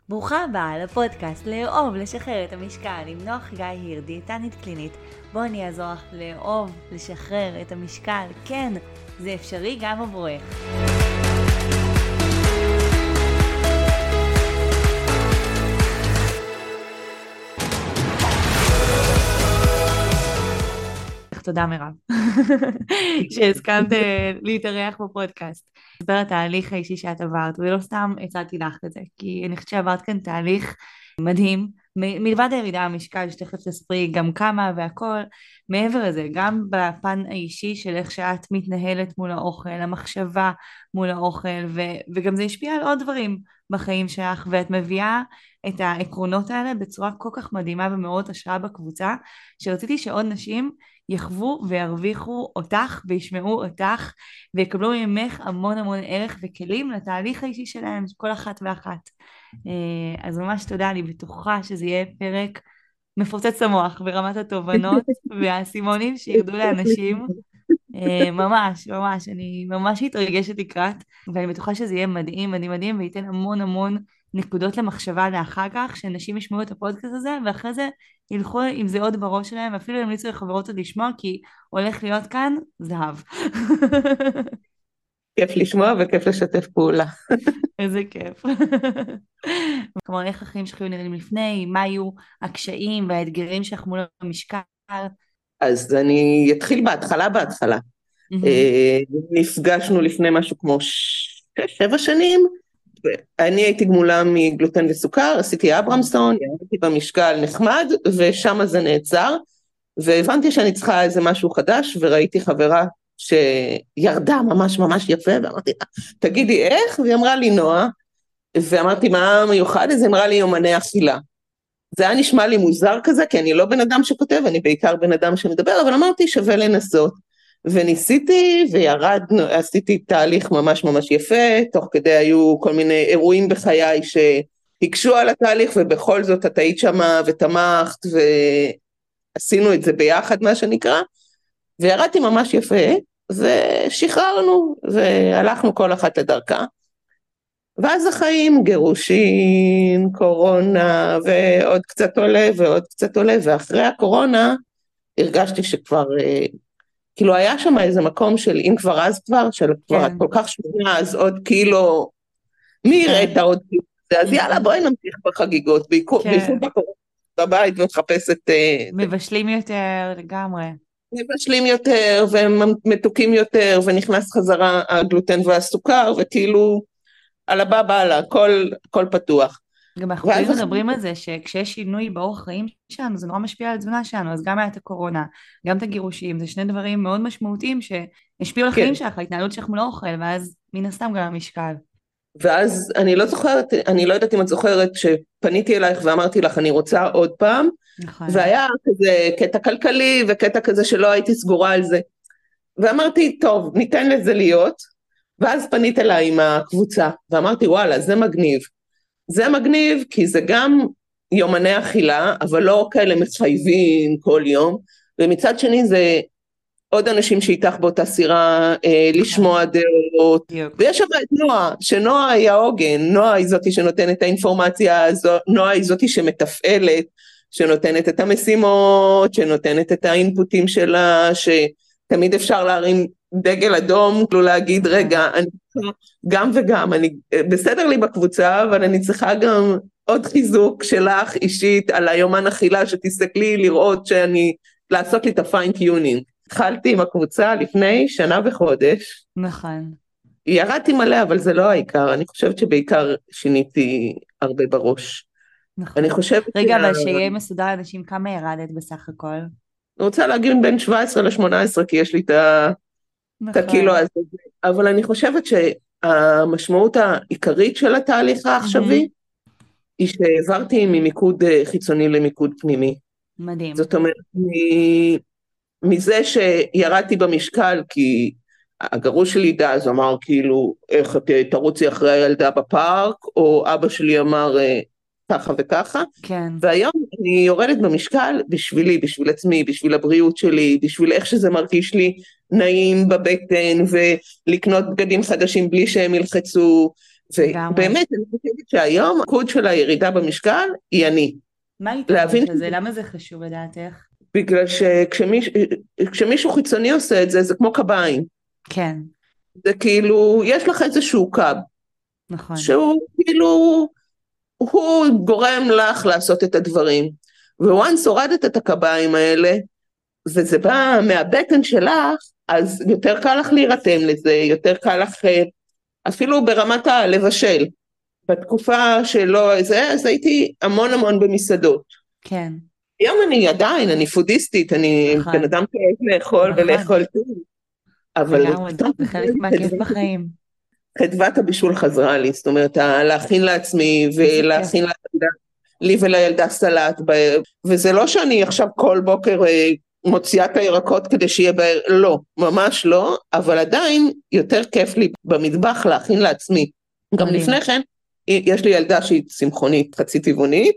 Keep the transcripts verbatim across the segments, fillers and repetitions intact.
ברוכה הבאה לפודקאסט לאהוב, לשחרר את המשקל עם נוח גיא היר, דיאטנית קלינית. בוא אני אעזור לך לאהוב, לשחרר את המשקל. כן, זה אפשרי גם עבורך. תודה מירב, שהסכמת להתארח בפודקאסט. אספר התהליך האישי שאת עברת, ולא סתם הצעתי לך את זה, כי אני חושבת שעברת כאן תהליך מדהים, מלבד הירידה המשקל, שתכף תספרי גם כמה והכל, מעבר לזה, גם בפן האישי של איך שאת מתנהלת מול האוכל, המחשבה מול האוכל, ו- וגם זה השפיע על עוד דברים בחיים שלך, ואת מביאה את העקרונות האלה בצורה כל כך מדהימה ומאוד השראה בקבוצה, שרציתי שעוד נשים יחוו וירוויחו אותך וישמעו אותך ויקבלו ממך המון המון ערך וכלים לתהליך האישי שלהם, כל אחת ואחת. אז ממש תודה, אני בטוחה שזה יהיה פרק מפוצץ המוח ברמת התובנות והסימונים שירדו לאנשים. ממש, ממש, אני ממש מתרגשת לקראת, ואני בטוחה שזה יהיה מדהים, מדהים, מדהים, וייתן המון המון נקודות למחשבה לאחר כך, שאנשים ישמעו את הפודקאסט הזה, ואחרי זה ילכו עם זה עוד בראש שלהם, ואפילו ימליצו לחברות עוד לשמוע, כי הולך להיות כאן זהב. כיף לשמוע וכיף לשתף פעולה. איזה כיף. כלומר, איך החיים שלך היו נראים לפני, מה היו הקשיים והאתגרים שלך מול המשקל? אז אני אתחיל בהתחלה, בהתחלה. נפגשנו לפני משהו כמו שבע שנים, אני הייתי גמולה מגלוטן וסוכר, עשיתי אברמסון, ירדתי במשקל נחמד, ושם זה נעצר, והבנתי שאני צריכה איזה משהו חדש, וראיתי חברה שירדה ממש ממש יפה, ואמרתי, תגידי איך? והיא אמרה לי נועה, ואמרתי מה מיוחד? אז היא אמרה לי יומני אכילה. זה היה נשמע לי מוזר כזה, כי אני לא בן אדם שכותב, אני בעיקר בן אדם שמדבר, אבל אמרתי שווה לנסות. וניסיתי וירדנו, עשיתי תהליך ממש ממש יפה, תוך כדי היו כל מיני אירועים בחיי שהקשו על התהליך, ובכל זאת את היית שמה ותמכת, ועשינו את זה ביחד מה שנקרא, וירדתי ממש יפה, ושחררנו, והלכנו כל אחת לדרכה. ואז החיים, גירושין, קורונה, ועוד קצת עולה ועוד קצת עולה, ואחרי הקורונה הרגשתי שכבר, כאילו היה שם איזה מקום של אם כבר אז כבר, של כבר את כל כך שמונה, אז עוד כאילו, מי יראה את העוד כאילו, אז יאללה בואי נמשיך בחגיגות, בייחוד בקורונה, בבית ומחפש את... מבשלים יותר לגמרי. מבשלים יותר, ומתוקים יותר, ונכנס חזרה הגלוטן והסוכר, וכאילו... על הבא בעלה, כל, כל פתוח. גם אנחנו כאילו מדברים על זה, שכשיש שינוי באורח חיים שלנו, זה נורא משפיע על התזונה שלנו, אז גם היה את הקורונה, גם את הגירושים, זה שני דברים מאוד משמעותיים, שהשפיעו על החיים שלך, ההתנהלות שלך מול האוכל, ואז מן הסתם גם המשקל. ואז אני לא זוכרת, אני לא יודעת אם את זוכרת, שפניתי אלייך ואמרתי לך, אני רוצה עוד פעם, נכון. והיה כזה קטע כלכלי, וקטע כזה שלא הייתי סגורה על זה, ואמרתי, טוב, ניתן לזה להיות, ואז פנית אליי עם הקבוצה, ואמרתי, וואלה, זה מגניב. זה מגניב, כי זה גם יומני אכילה, אבל לא כאלה מחייבים כל יום, ומצד שני זה עוד אנשים שאיתך באותה סירה, אה, לשמוע דעות, ויש שם את נועה, שנועה היא העוגן, נועה היא זאתי שנותנת את האינפורמציה הזו, נועה היא זאתי שמתפעלת, שנותנת את המשימות, שנותנת את האינפוטים שלה, שתמיד אפשר להרים, דגל אדום, כאילו להגיד, רגע, אני צריכה גם וגם, אני בסדר לי בקבוצה, אבל אני צריכה גם עוד חיזוק שלך אישית, על היומן אכילה, שתסתכלי לראות שאני, לעשות לי את הפיין-טיונינג. התחלתי עם הקבוצה לפני שנה וחודש. נכון. ירדתי מלא, אבל זה לא העיקר, אני חושבת שבעיקר שיניתי הרבה בראש. נכון. אני חושבת... רגע, אבל שיהיה מסודר לאנשים, כמה ירדת בסך הכל? אני רוצה להגיד בין שבע עשרה ל-שמונה עשרה, כי יש לי את ה... את הקילו הזה, אבל אני חושבת שהמשמעות העיקרית של התהליך העכשווי, היא שהעברתי ממיקוד חיצוני למיקוד פנימי. מדהים. זאת אומרת, מזה שירדתי במשקל, כי הגרוש שלי דע, אז אמר כאילו, איך תרוצי אחרי הילדה בפארק, או אבא שלי אמר ככה וככה, כן. והיום אני יורדת במשקל בשבילי, בשביל עצמי, בשביל הבריאות שלי, בשביל איך שזה מרגיש לי, נעים בבטן, ולקנות בגדים חדשים בלי שהם ילחצו, לגמרי. ובאמת, אני חושבת שהיום הקוד של הירידה במשקל היא אני. מה היתרון להבין של זה? למה זה חשוב לדעתך? בגלל שכשמישהו חיצוני עושה את זה, זה כמו קביים. כן, זה כאילו, יש לך איזשהו קו, נכון. שהוא כאילו, הוא גורם לך לעשות את הדברים. וואנס הורדת את הקביים האלה, וזה בא מהבטן שלך, אז יותר קל לך להירתם לזה, יותר קל לך, אפילו ברמת הלבשל. בתקופה שלא זה, אז הייתי המון המון במסעדות. כן, היום אני עדיין, אני פודיסטית, אני בן נכון, אדם כאב לאכול נכון, ולאכול טוב, אבל לגמרי, פתאום זה חלק מהכיף חדוות בחיים. חדוות הבישול חזרה לי, זאת אומרת, להכין לעצמי איזה כיף. ולהכין לילדה, לי ולילדה סלט, ב- וזה לא שאני עכשיו כל בוקר אה, מוציאה את הירקות כדי שיהיה בער, לא, ממש לא, אבל עדיין יותר כיף לי במטבח להכין לעצמי. גם מדהים. לפני כן, יש לי ילדה שהיא צמחונית, חצי טבעונית,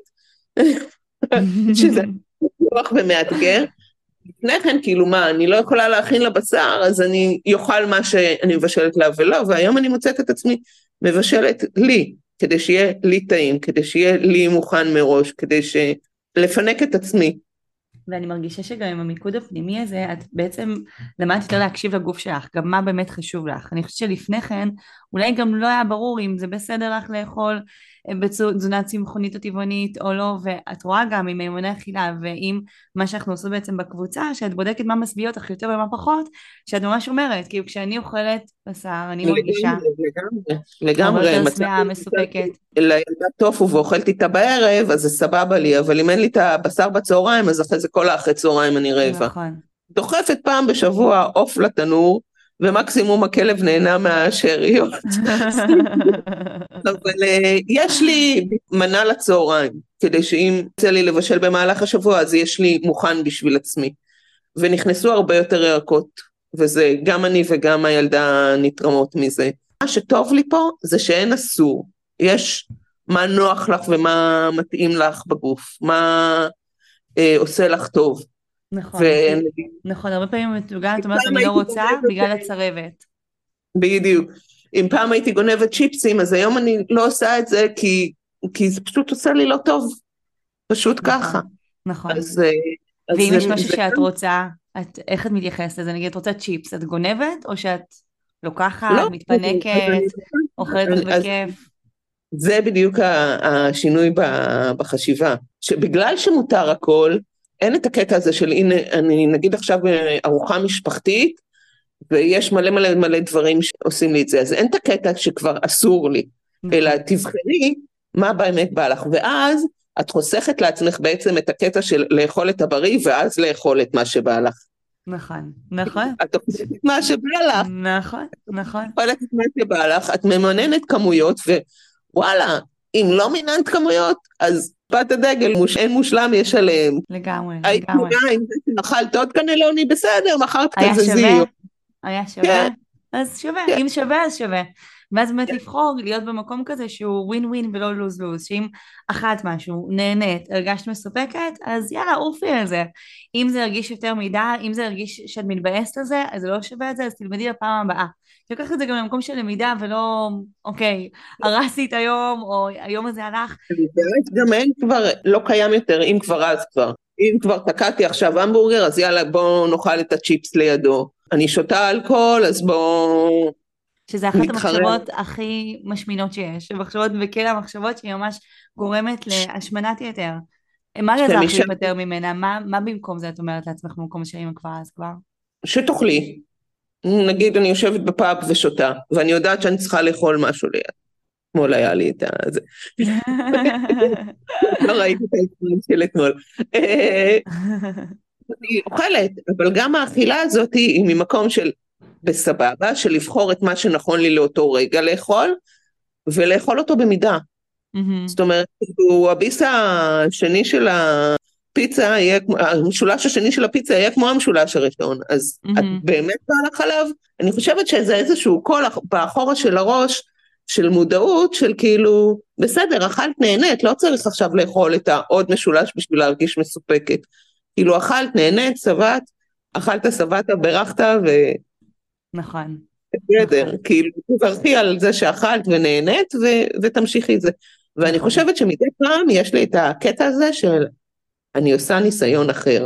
שזה פתוח ומאתגר. לפני כן, כאילו מה, אני לא יכולה להכין לה בשר, אז אני יאכל מה שאני מבשלת לה ולא, והיום אני מוצאת את עצמי מבשלת לי, כדי שיהיה לי טעים, כדי שיהיה לי מוכן מראש, כדי לפנק את עצמי. ואני מרגישה שגם עם המיקוד הפנימי הזה, את בעצם למדת יותר להקשיב לגוף שלך, גם מה באמת חשוב לך. אני חושבת שלפני כן, אולי גם לא היה ברור אם זה בסדר לך לאכול בתזונה צמחונית או טבעונית או לא, ואת רואה גם עם מיומני אכילה, ועם מה שאנחנו עושים בעצם בקבוצה, שאת בודקת מה משביע אותך יותר ומה פחות, שאת ממש אומרת, כאילו כשאני אוכלת בשר, אני מרגישה לגמרי, הרבה לגמרי, יותר מצאתי שמחה, מסופקת. לילדה טופו ואוכלת איתה בערב, אז זה סבבה לי, אבל אם אין לי את הבשר בצהריים, אז אחרי זה כל האחרי צהריים אני רעבה. נכון. דוחפת פעם בשבוע עוף לתנור, ומקסימום הכלב נהנה מהשאריות. אבל יש לי מנה לצהריים, כדי שאם יצא לי לבשל במהלך השבוע, אז יש לי מוכן בשביל עצמי. ונכנסו הרבה יותר ירקות, וזה גם אני וגם הילדה נתרמות מזה. מה שטוב לי פה, זה שאין אסור. יש מה נוח לך ומה מתאים לך בגוף, מה אה, עושה לך טוב. נכון, ו- נכון, הרבה פעמים מתוגעת, את אומרת פעם אני לא הייתי רוצה גונבת, בגלל הצרבת. בדיוק, אם פעם הייתי גונבת צ'יפסים, אז היום אני לא עושה את זה, כי, כי זה פשוט עושה לי לא טוב, פשוט ככה. נכון, נכון. אז, אה, אז ואם זה, יש משהו זה שאת גם, רוצה, את, איך את מתייחסת לזה? נגיד את רוצה צ'יפס, את גונבת או שאת לוקחת, לא, אז מתפנקת, אני, אוכלת לך אני, אז בכיף? זה בדיוק ה- השינוי ב- בחשיבה, שבגלל שמותר הכל, אין את הקטע הזה של הנה, אני נגיד עכשיו ארוחה משפחתית, ויש מלא מלא מלא דברים שעושים לי את זה, אז אין את הקטע שכבר אסור לי, אלא נכון, תבחרי מה באמת בא לך, ואז את חוסכת לעצמך בעצם את הקטע של לאכול את הבריא, ואז לאכול את מה שבא לך. נכון, נכון, את אוכלת את מה שבא לך, נכון, נכון, אוכלת את מה שבא לך, את ממננת כמויות, ווואלה, אם לא מיננת כמויות, אז בת הדגל, מוש, אין מושלם, יש עליהם. לגמרי, היית לגמרי. מוגע עם זה שאכלת עוד קנלוני, בסדר, מחרת היה כזה שווה? זיו. היה שווה? כן, אז שווה, כן. אם שווה אז שווה. ואז באמת לבחור להיות במקום כזה שהוא ווין ווין ולא לוז לוז, שאם אכלת משהו, נהנית, הרגשת מסופקת, אז יאללה, עופי על זה. אם זה הרגיש יותר מדי, אם זה הרגיש שאת מתבאסת על זה, אז זה לא שווה את זה, אז תלמדי לפעם הבאה. תיקח את זה גם למקום של למידה ולא, אוקיי, הרסתי את היום, או היום הזה הלך. ואז גם אין כבר, לא קיים יותר, אם כבר אז כבר. אם כבר תקעתי עכשיו המבורגר, אז יאללה, בואו נאכל את הצ'יפס לידו. אני שותה אלכוהול, אז בואו שזה אחת נתחרר. המחשבות הכי משמינות שיש, מחשבות בכלא המחשבות שהיא ממש גורמת להשמנת יתר. מה עזר לך שמשם להיפטר ממנה? מה, מה במקום זה את אומרת לעצמך במקום שהאמא כבר אז כבר? שתאכלי. נגיד אני יושבת בפאב ושותה, ואני יודעת שאני צריכה לאכול משהו ליד. אתמול היה לי את זה. לא ראיתי את האקסטרים של אתמול. אה, אני אוכלת, אבל גם האכילה הזאת היא ממקום של בסבבה, של לבחור את מה שנכון לי לאותו רגע לאכול, ולאכול אותו במידה. זאת אומרת, הוא הביס השני של הפיצה, יהיה, המשולש השני של הפיצה יהיה כמו המשולש הראשון, אז את באמת באה לך עליו? אני חושבת שזה איזשהו קול באחורה של הראש, של מודעות, של כאילו, בסדר, אכלת נהנית, לא צריך עכשיו לאכול את העוד משולש בשביל להרגיש מסופקת. כאילו, אכלת נהנית, שבעת, אכלת שבעת, ברכת, ו... נכון. בסדר, כאילו, תברכי על זה שאכלת ונהנית, ו- ותמשיכי את זה. ואני חושבת שמדי פעם יש לי את הקטע הזה של, אני עושה ניסיון אחר.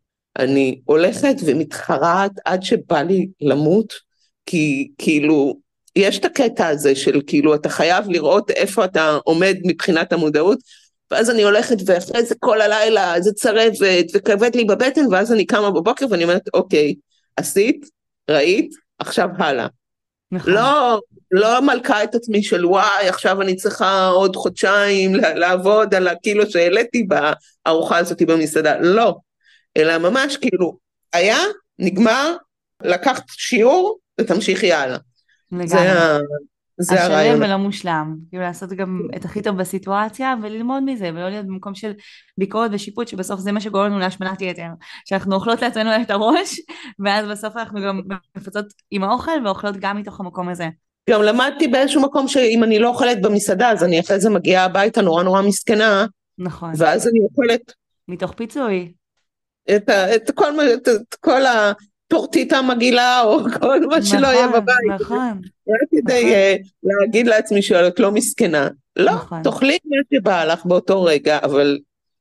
אני הולכת ומתחרעת עד שבא לי למות, כי כאילו, יש את הקטע הזה של כאילו, אתה חייב לראות איפה אתה עומד מבחינת המודעות, ואז אני הולכת ואחרי זה כל הלילה, זה צרבת וכבד לי בבטן, ואז אני קמה בבוקר ואני אומרת, אוקיי, עשית, ראית, עכשיו הלאה. נכון. לא, לא מלכה את עצמי של וואי, עכשיו אני צריכה עוד חודשיים לעבוד על הקילו שהעליתי בארוחה הזאת במסעדה, לא, אלא ממש כאילו, היה, נגמר, לקחת שיעור ותמשיכי הלאה. לגמרי. זה, ה, זה הרעיון. השלם ולא מושלם, כאילו לעשות גם את הכי טוב בסיטואציה וללמוד מזה, ולא להיות במקום של ביקורת ושיפוט, שבסוף זה מה שגורם לנו להשמנת יתר, שאנחנו אוכלות לעצמנו את הראש, ואז בסוף אנחנו גם מפצות עם האוכל ואוכלות גם מתוך המקום הזה. גם למדתי באיזשהו מקום שאם אני לא אוכלת במסעדה, אז אני אחרי זה מגיעה הביתה נורא נורא מסכנה, נכון. ואז אני אוכלת מתוך פיצוי. את, ה, את, כל, את, את כל הטורטיטה מגעילה, או כל מה שלא יהיה בבית. נכון, רק כדי uh, להגיד לעצמי שאת לא מסכנה. לא, נכון. תאכלי מה שבא לך באותו רגע, אבל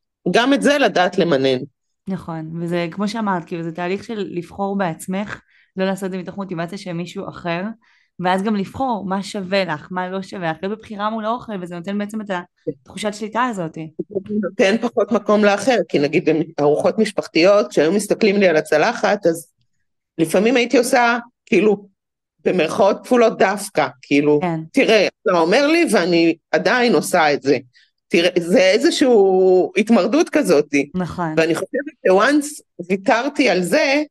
גם את זה לדעת למנן. נכון, וזה כמו שאמרת, כאילו זה תהליך של לבחור בעצמך, לא לעשות את זה מתוך מוטיבציה של מישהו אחר, ואז גם לבחור מה שווה לך, מה לא שווה לך, להיות בבחירה מול האוכל, וזה נותן בעצם את התחושת שליטה הזאת. זה נותן פחות מקום לאחר, כי נגיד ארוחות משפחתיות, כשהיו מסתכלים לי על הצלחת, אז לפעמים הייתי עושה, כאילו, במרכאות כפולות דווקא, כאילו, כן. תראה, אתה אומר לי ואני עדיין עושה את זה. תראה, זה איזשהו התמרדות כזאת. נכון. ואני חושבת שוואנס ויתרתי על זה,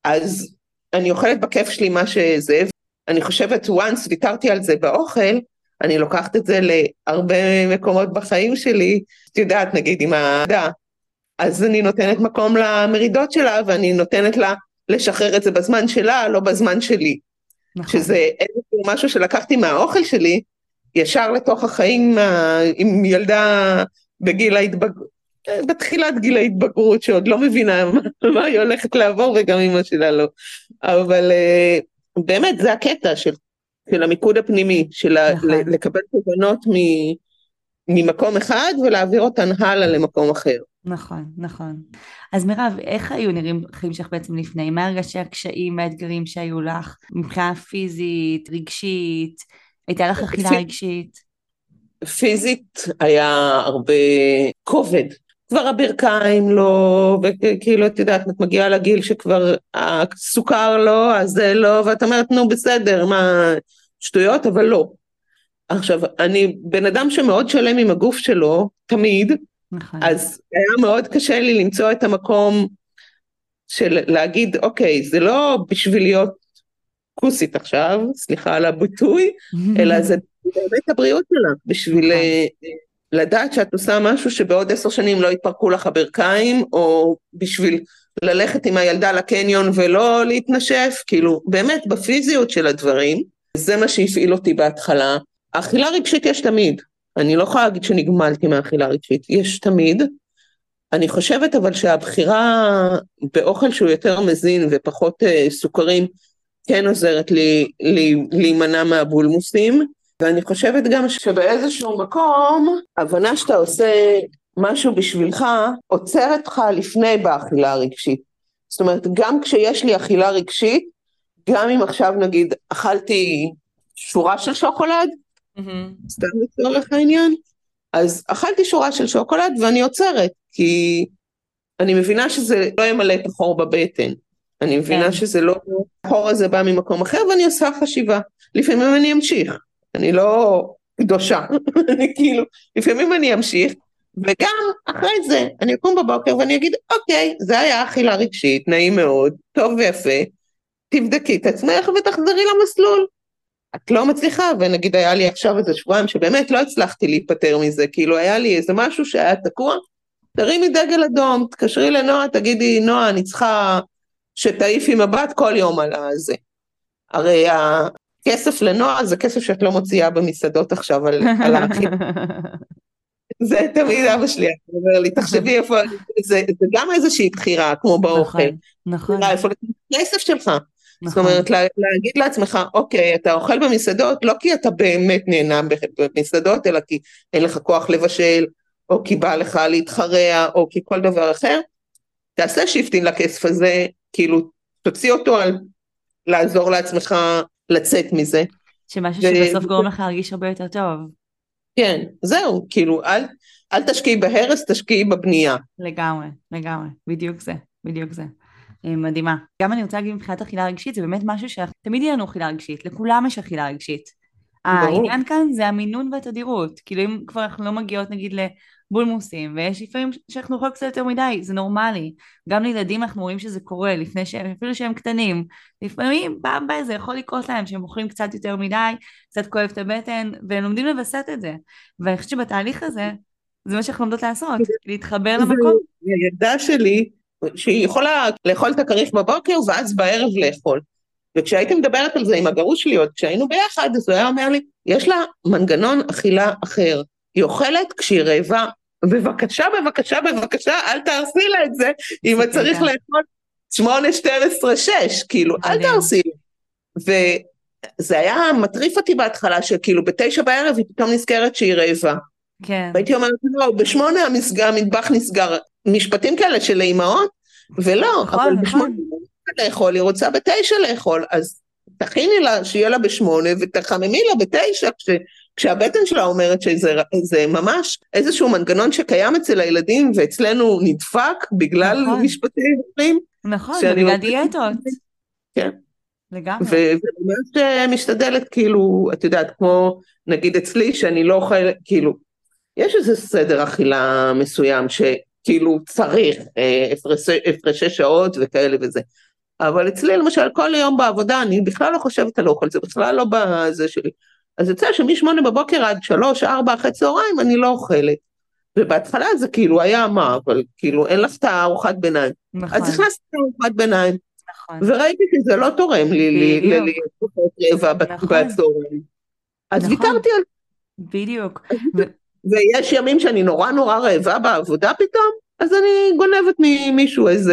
אז אני אוכלת בכיף שלי מה שזה, אני חושבת וואנס ויתרתי על זה באוכל, אני לוקחת את זה להרבה מקומות בחיים שלי, את יודעת, נגיד עם העדה, אז אני נותנת מקום למרידות שלה, ואני נותנת לה לשחרר את זה בזמן שלה, לא בזמן שלי. נכון. שזה איזשהו משהו שלקחתי מהאוכל שלי, ישר לתוך החיים עם ילדה בגיל ההתבגרות, בתחילת גיל ההתבגרות, שעוד לא מבינה מה היא הולכת לעבור, וגם אמא שלה לא. אבל באמת זה הקטע של, של המיקוד הפנימי, של נכון. לקבל תובנות ממקום אחד, ולהעביר אותן הלאה למקום אחר. נכון, נכון. אז מירב, איך היו נראים חיים שלך בעצם לפני? מה הרגשי הקשיים, מה האתגרים שהיו לך? מבחינה פיזית, רגשית, הייתה לך אכילה רגשית? פיזית היה הרבה כובד. כבר הברכיים לא, וכאילו את יודעת, את מגיעה לגיל שכבר הסוכר לא, אז זה לא, ואת אומרת, נו בסדר, מה שטויות, אבל לא. עכשיו, אני בן אדם שמאוד שלם עם הגוף שלו, תמיד, נכון. אז היה מאוד קשה לי למצוא את המקום של להגיד, אוקיי, זה לא בשביל להיות כוסית עכשיו, סליחה על הביטוי, אלא זה באמת הבריאות שלה, בשביל לדעת שאת עושה משהו שבעוד עשר שנים לא יתפרקו לך הברכיים, או בשביל ללכת עם הילדה לקניון ולא להתנשף, כאילו באמת בפיזיות של הדברים, זה מה שהפעיל אותי בהתחלה. האכילה רגשית יש תמיד, אני לא יכולה להגיד שנגמלתי מהאכילה רגשית, יש תמיד, אני חושבת אבל שהבחירה באוכל שהוא יותר מזין ופחות uh, סוכרים, כן עוזרת לי, לי להימנע מהבולמוסים, ואני חושבת גם שבאיזשהו מקום, הבנה שאתה עושה משהו בשבילך, עוצרת לך לפני באכילה הרגשית. זאת אומרת, גם כשיש לי אכילה רגשית, גם אם עכשיו נגיד אכלתי שורה של שוקולד, mm-hmm. סתם לצורך העניין, אז אכלתי שורה של שוקולד ואני עוצרת, כי אני מבינה שזה לא ימלא את החור בבטן. אני מבינה שזה לא, החור הזה בא ממקום אחר, ואני עושה חשיבה. לפעמים אני אמשיך, אני לא קדושה, אני כאילו, לפעמים אני אמשיך, וגם אחרי זה, אני אקום בבוקר ואני אגיד, אוקיי, זה היה אכילה רגשית, נעים מאוד, טוב ויפה, תבדקי את עצמך ותחזרי למסלול. את לא מצליחה, ונגיד היה לי עכשיו איזה שבועיים, שבאמת לא הצלחתי להיפטר מזה, כאילו היה לי איזה משהו שהיה תקוע, תרימי דגל אדום, תקשרי לנועה, תגידי, נועה, אני צריכה שתעיפי מבט כל יום על הזה. הרי הכסף לנועה זה כסף שאת לא מוציאה במסעדות עכשיו על, על האכילה. זה תמיד אבא שלי, הוא אומר לי, תחשבי איפה, זה, זה גם איזושהי בחירה, כמו באוכל. נכון, נכון. איפה כסף שלך. זאת נכון. אומרת, לה, להגיד לעצמך, אוקיי, אתה אוכל במסעדות, לא כי אתה באמת נהנה במסעדות, אלא כי אין לך כוח לבשל, או כי בא לך להתחרע, או כי כל דבר אחר, תעשה שיפטין לכסף הזה, כאילו, תוציא אותו על לעזור לעצמך לצאת מזה. שמשהו שבסוף ו- גורם לך להרגיש הרבה יותר טוב. כן, זהו, כאילו, אל, אל תשקיעי בהרס, תשקיעי בבנייה. לגמרי, לגמרי, בדיוק זה, בדיוק זה. אה, מדהימה. גם אני רוצה להגיד מבחינת אכילה רגשית, זה באמת משהו שתמיד יהיה לנו אכילה רגשית, לכולם יש אכילה רגשית. ברור. העניין כאן זה המינון והתדירות, כאילו אם כבר אנחנו לא מגיעות נגיד לבולמוסים, ויש לפעמים שאנחנו אוכלות קצת יותר מדי, זה נורמלי. גם לילדים אנחנו רואים שזה קורה, לפני שהם, אפילו שהם קטנים, לפעמים פעם בה זה יכול לקרות להם, שהם אוכלים קצת יותר מדי, קצת כואב את הבטן, והם לומדים לווסת את זה. ואני חושבת שבתהליך הזה, זה מה שאנחנו לומדות לעשות, להתחבר למקום. והילדה שלי, שהיא יכולה לאכול את הכריך בבוקר, ואז בערב לאכול. וכשהייתי מדברת על זה עם הגרוש שלי, עוד כשהיינו ביחד, אז הוא היה אומר לי, יש לה מנגנון אכילה אחר. היא אוכלת כשהיא רעבה, בבקשה, בבקשה, בבקשה, אל תעשי לה את זה, אם את צריך לאכול שמונה, שתים עשרה, שש, כאילו, אל תעשי לה. וזה היה מטריף אותי בהתחלה, שכאילו בתשע בערב היא פתאום נזכרת שהיא רעבה. כן. והייתי אומרת, לא, בשמונה המטבח נסגר, משפטים כאלה של אימהות, ולא, נכון, אבל נכון. בשמונה לאכול, היא רוצה בתשע לאכול, אז תכיני לה שיהיה לה בשמונה, ותחממי לה בתשע, כש, כשהבטן שלה אומרת שזה זה ממש איזשהו מנגנון שקיים אצל הילדים, ואצלנו נדפק בגלל נכון. משפטים עברים. נכון, ובגלל דיאטות. כן. לגמרי. וממש משתדלת, כאילו, את יודעת, כמו נגיד אצלי, שאני לא אוכל, כאילו, יש איזה סדר אכילה מסוים, שכאילו צריך אה, הפרשי, הפרשי שעות וכאלה וזה. אבל אצלי למשל כל היום בעבודה אני בכלל לא חושבת על אוכל, זה בכלל לא בזה שלי. אז יוצא שמשמונה בבוקר עד שלוש, ארבע, אחרי צהריים אני לא אוכלת. ובהתחלה זה כאילו היה מה, אבל כאילו אין לך את הארוחת ביניים. נכון. אז נכנסת לארוחת ביניים. נכון. וראיתי שזה לא תורם לי להיות רעבה בצהריים. אז ויתרתי על בדיוק. ויש ימים שאני נורא נורא רעבה בעבודה פתאום, אז אני גונבת ממישהו איזה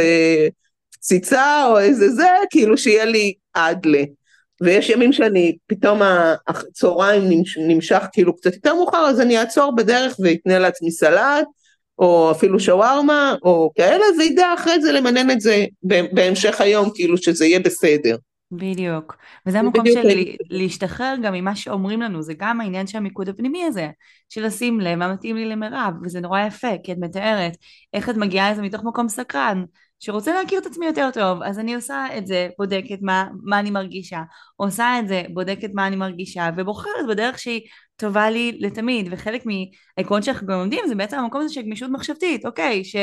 קציצה או איזה זה, כאילו שיהיה לי עד ל. ויש ימים שאני, פתאום הצהריים נמשך כאילו קצת יותר מאוחר, אז אני אעצור בדרך ויתנה לעצמי סלט, או אפילו שווארמה, או כאלה, וידע אחרי זה למנן את זה בהמשך היום, כאילו שזה יהיה בסדר. בדיוק, וזה המקום של להשתחרר גם ממה שאומרים לנו, זה גם העניין של המיקוד הפנימי הזה, של לשים לב מה מתאים לי למרב, וזה נורא יפה, כי את מתארת איך את מגיעה לזה מתוך מקום סקרן, שרוצה להכיר את עצמי יותר טוב, אז אני עושה את זה, בודקת מה, מה אני מרגישה, עושה את זה, בודקת מה אני מרגישה, ובוחרת בדרך שהיא טובה לי לתמיד, וחלק מהעקרון שאנחנו גם עומדים, זה בעצם המקום הזה של גמישות מחשבתית, אוקיי, ש...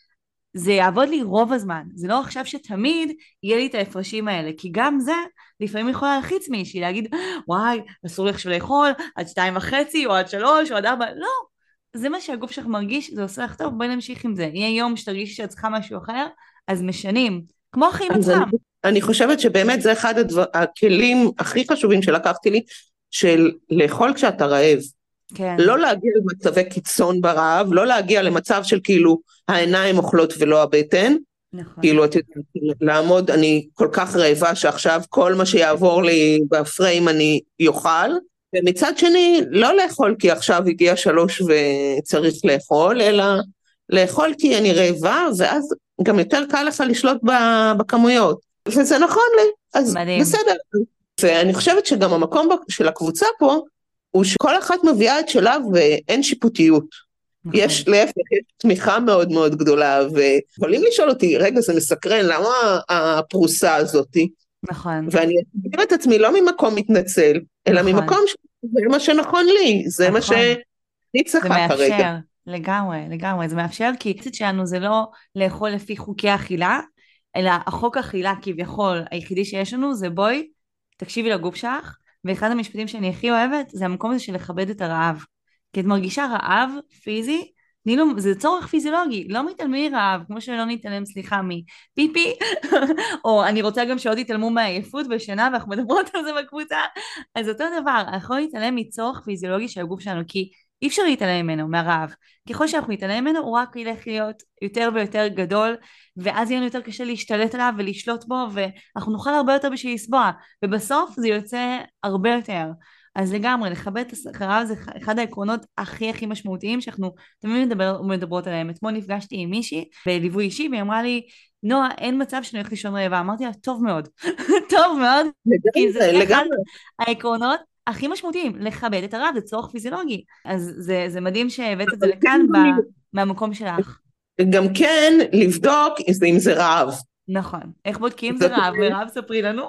זה יעבוד לי רוב הזמן, זה לא עכשיו שתמיד יהיה לי את ההפרשים האלה, כי גם זה לפעמים יכולה להלחיץ מישהי, להגיד וואי, אסור לי עכשיו לאכול עד שתיים וחצי או עד שלוש או עד ארבע, לא, זה מה שהגוף שלך מרגיש, זה עושה לך טוב, בואי נמשיך עם זה, יהיה יום שתרגישי שאת צריכה משהו אחר, אז משנים, כמו החיים עצמם. אני, אני חושבת שבאמת זה אחד הדבר, הכלים הכי חשובים שלקחתי לי, של לאכול כשאתה רעב. כן. לא להגיע למצבי קיצון ברעב, לא להגיע למצב של כאילו העיניים אוכלות ולא הבטן, נכון. כאילו את יודעת, לעמוד, אני כל כך רעבה שעכשיו כל מה שיעבור לי בפריים אני יאכל, ומצד שני לא לאכול כי עכשיו הגיע שלוש וצריך לאכול, אלא לאכול כי אני רעבה, ואז גם יותר קל לך לשלוט בכמויות, וזה נכון לי, אז מדהים. בסדר. ואני חושבת שגם המקום של הקבוצה פה, הוא שכל אחת מביאה את שלה ואין שיפוטיות. נכון. יש להפך, יש תמיכה מאוד מאוד גדולה, ויכולים לשאול אותי, רגע זה מסקרן, למה הפרוסה הזאת? נכון. ואני אסביר את עצמי לא ממקום מתנצל, אלא נכון. ממקום שזה מה שנכון לי, זה נכון. מה שאני צריכה כרגע. זה מאפשר, לגמרי, לגמרי, זה מאפשר, כי הצד שלנו זה לא לאכול לפי חוקי אכילה, אלא החוק אכילה כביכול, היחידי שיש לנו זה בואי, תקשיבי לגוף שלך, ואחד המשפטים שאני הכי אוהבת, זה המקום הזה של לכבד את הרעב. כי את מרגישה רעב פיזי, זה צורך פיזיולוגי, לא מתעלמי רעב, כמו שלא נתעלם, סליחה, מפיפי, או אני רוצה גם שעוד יתעלמו מהעייפות בשינה, ואנחנו מדברות על זה בקבוצה, אז אותו דבר, אנחנו לא נתעלם מצורך פיזיולוגי של הגוף שלנו, כי אי אפשר להתעלם ממנו, מהרעב. ככל שאנחנו נתעלם ממנו, הוא רק ילך להיות יותר ויותר גדול, ואז יהיה לנו יותר קשה להשתלט עליו ולשלוט בו, ואנחנו נאכל הרבה יותר בשביל לסבוע, ובסוף זה יוצא הרבה יותר. אז לגמרי, לכבד את הרעב זה אחד העקרונות הכי הכי משמעותיים, שאנחנו תמיד מדבר, מדברות עליהם. אתמול נפגשתי עם מישהי בליווי אישי, והיא אמרה לי, נועה, אין מצב שאני הולכת לישון רעבה. אמרתי לה, טוב מאוד, טוב מאוד, כי זה אחד העקרונות הכי משמעותיים, לכבד את הרעב, זה צורך פיזיולוגי. אז זה, זה מדהים שהבאת את זה לכאן ב, מהמקום שלך. גם כן לבדוק אם זה רעב. נכון. איך בודקים זה רעב? ורעב ספרי לנו.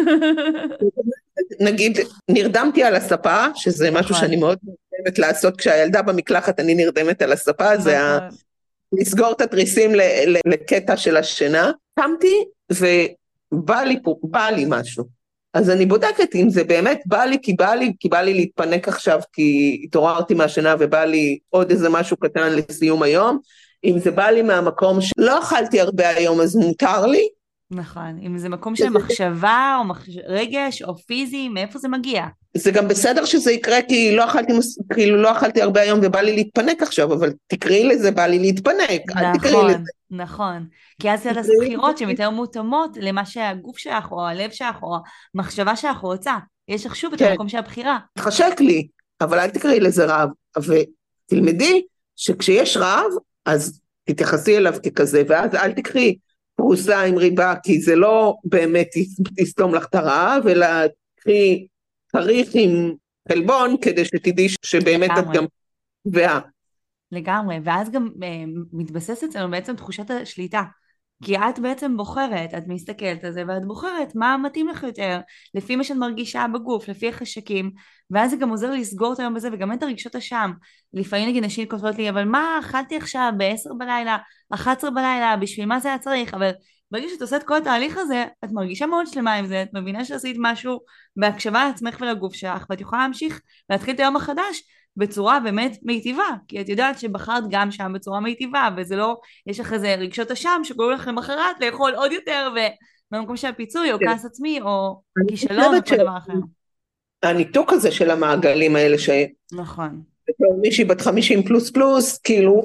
נגיד, נרדמתי על הספה, שזה משהו שאני מאוד נרדמת לעשות, כשהילדה במקלחת אני נרדמת על הספה, זה לסגור את התריסים לקטע של השינה. קמתי ובא לי פה, בא לי משהו. אז אני בודקת אם זה באמת בא לי, כי בא לי, כי בא לי להתפנק עכשיו, כי התעוררתי מהשינה ובא לי עוד איזה משהו קטן לסיום היום. אם זה בא לי מהמקום שלא אכלתי הרבה היום, אז מותר לי. נכון, אם זה מקום של מחשבה או מחש... רגש או פיזי, מאיפה זה מגיע? זה גם בסדר שזה יקרה, כי לא אכלתי, כאילו לא אכלתי הרבה היום ובא לי להתפנק עכשיו, אבל תקראי לזה, בא לי להתפנק, נכון, אל תקראי לזה. נכון, כי אז זה הסחירות שהן יותר מותאמות למה שהגוף שלך או הלב שלך או המחשבה שלך רוצה. יש לך שוב את המקום של הבחירה. חשק לי, אבל אל תקראי לזה רעב, ותלמדי שכשיש רעב, אז תתייחסי אליו ככזה, ואז אל תקחי פרוסה עם ריבה, כי זה לא באמת תסתום לך את הרעב, אלא תקחי כריך עם חלבון, כדי שתדעי שבאמת את גם שבעה. לגמרי, ואז גם אה, מתבססת אצלנו בעצם תחושת השליטה, כי את בעצם בוחרת, את מסתכלת על זה, ואת בוחרת מה מתאים לך יותר, לפי מה שאת מרגישה בגוף, לפי החשקים, ואז זה גם עוזר לסגור את היום בזה, וגם את הרגשות השם. לפעמים נגיד נשים כותבות לי, אבל מה, אכלתי עכשיו ב-עשר בלילה, אחת עשרה בלילה, בשביל מה זה היה צריך? אבל ברגע שאת עושה את כל התהליך הזה, את מרגישה מאוד שלמה עם זה, את מבינה שעשית משהו בהקשבה לעצמך ולגוף שלך, ואת יכולה להמשיך להתחיל את היום החדש, בצורה באמת מיטיבה, כי את יודעת שבחרת גם שם בצורה מיטיבה, וזה לא, יש לך איזה רגשות אשם שקוראים לך למחרת לאכול עוד יותר, ובמקום של הפיצוי, או כעס עצמי, או כישלון, או כל דבר אחר. הניתוק הזה של המעגלים האלה, נכון. מישהי בת חמישים פלוס פלוס, כאילו,